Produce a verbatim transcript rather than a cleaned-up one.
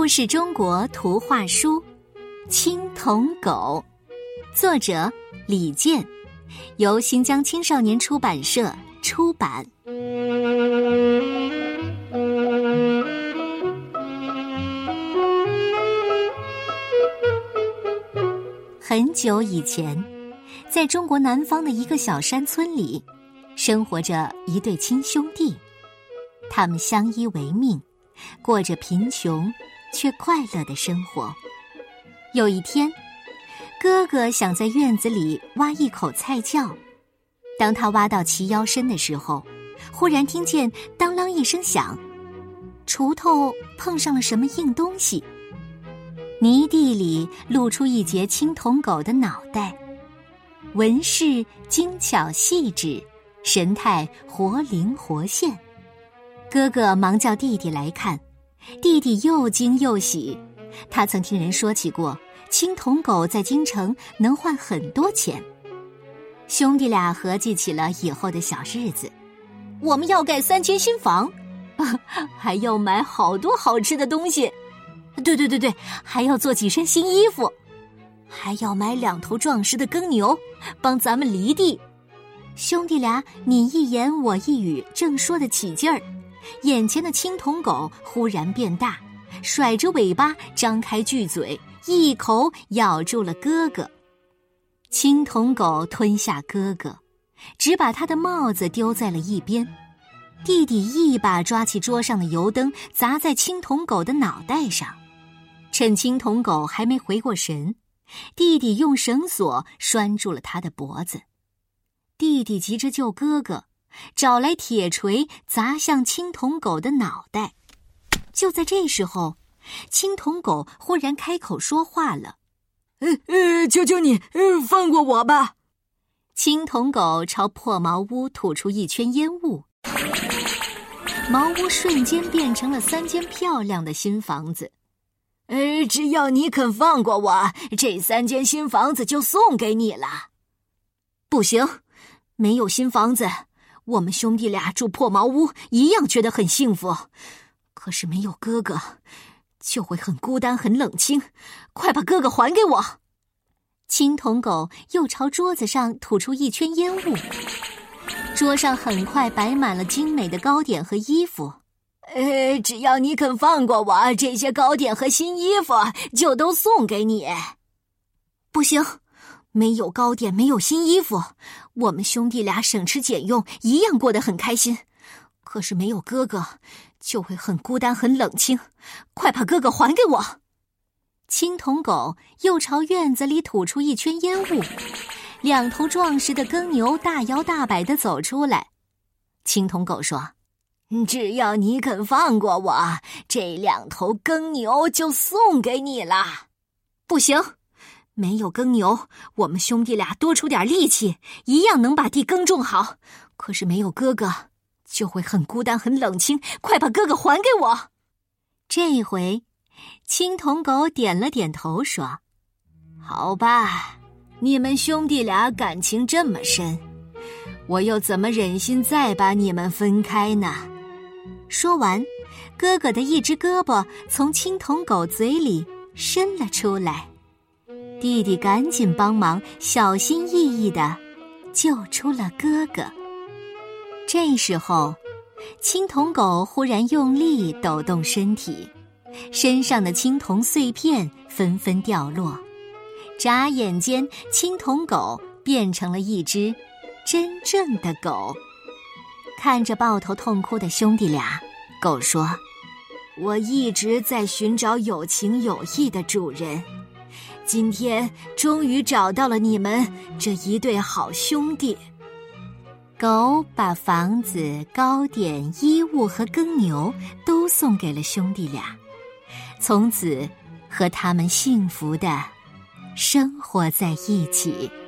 故事中国图画书《青铜狗》，作者李健，由新疆青少年出版社出版。很久以前，在中国南方的一个小山村里，生活着一对亲兄弟，他们相依为命，过着贫穷却快乐的生活。有一天，哥哥想在院子里挖一口菜窖，当他挖到齐腰深的时候，忽然听见当啷一声响，锄头碰上了什么硬东西，泥地里露出一截青铜狗的脑袋，纹饰精巧细致，神态活灵活现。哥哥忙叫弟弟来看，弟弟又惊又喜，他曾听人说起过，青铜狗在京城能换很多钱。兄弟俩合计起了以后的小日子，我们要盖三间新房，还要买好多好吃的东西，对对对对，还要做几身新衣服，还要买两头壮实的耕牛，帮咱们犁地。兄弟俩你一言我一语，正说得起劲儿，眼前的青铜狗忽然变大，甩着尾巴，张开巨嘴，一口咬住了哥哥。青铜狗吞下哥哥，只把他的帽子丢在了一边。弟弟一把抓起桌上的油灯，砸在青铜狗的脑袋上。趁青铜狗还没回过神，弟弟用绳索拴住了他的脖子。弟弟急着救哥哥，找来铁锤砸向青铜狗的脑袋。就在这时候，青铜狗忽然开口说话了： 呃呃，求求你，呃，放过我吧！ 青铜狗朝破茅屋吐出一圈烟雾，茅屋瞬间变成了三间漂亮的新房子。 呃，只要你肯放过我，这三间新房子就送给你了。 不行，没有新房子，我们兄弟俩住破茅屋一样觉得很幸福，可是没有哥哥就会很孤单很冷清，快把哥哥还给我！青铜狗又朝桌子上吐出一圈烟雾，桌上很快摆满了精美的糕点和衣服。 呃，只要你肯放过我，这些糕点和新衣服就都送给你。 不行，没有糕点，没有新衣服，我们兄弟俩省吃俭用，一样过得很开心。可是没有哥哥，就会很孤单很冷清，快把哥哥还给我！青铜狗又朝院子里吐出一圈烟雾，两头壮实的耕牛大摇大摆地走出来。青铜狗说： 只要你肯放过我，这两头耕牛就送给你了。 不行，没有耕牛，我们兄弟俩多出点力气，一样能把地耕种好。可是没有哥哥，就会很孤单很冷清，快把哥哥还给我！这回，青铜狗点了点头说：好吧，你们兄弟俩感情这么深，我又怎么忍心再把你们分开呢？说完，哥哥的一只胳膊从青铜狗嘴里伸了出来，弟弟赶紧帮忙，小心翼翼地救出了哥哥。这时候，青铜狗忽然用力抖动身体，身上的青铜碎片纷纷掉落，眨眼间，青铜狗变成了一只真正的狗。看着抱头痛哭的兄弟俩，狗说：我一直在寻找有情有义的主人，今天终于找到了你们这一对好兄弟。狗把房子、糕点、衣物和耕牛都送给了兄弟俩，从此和他们幸福地生活在一起。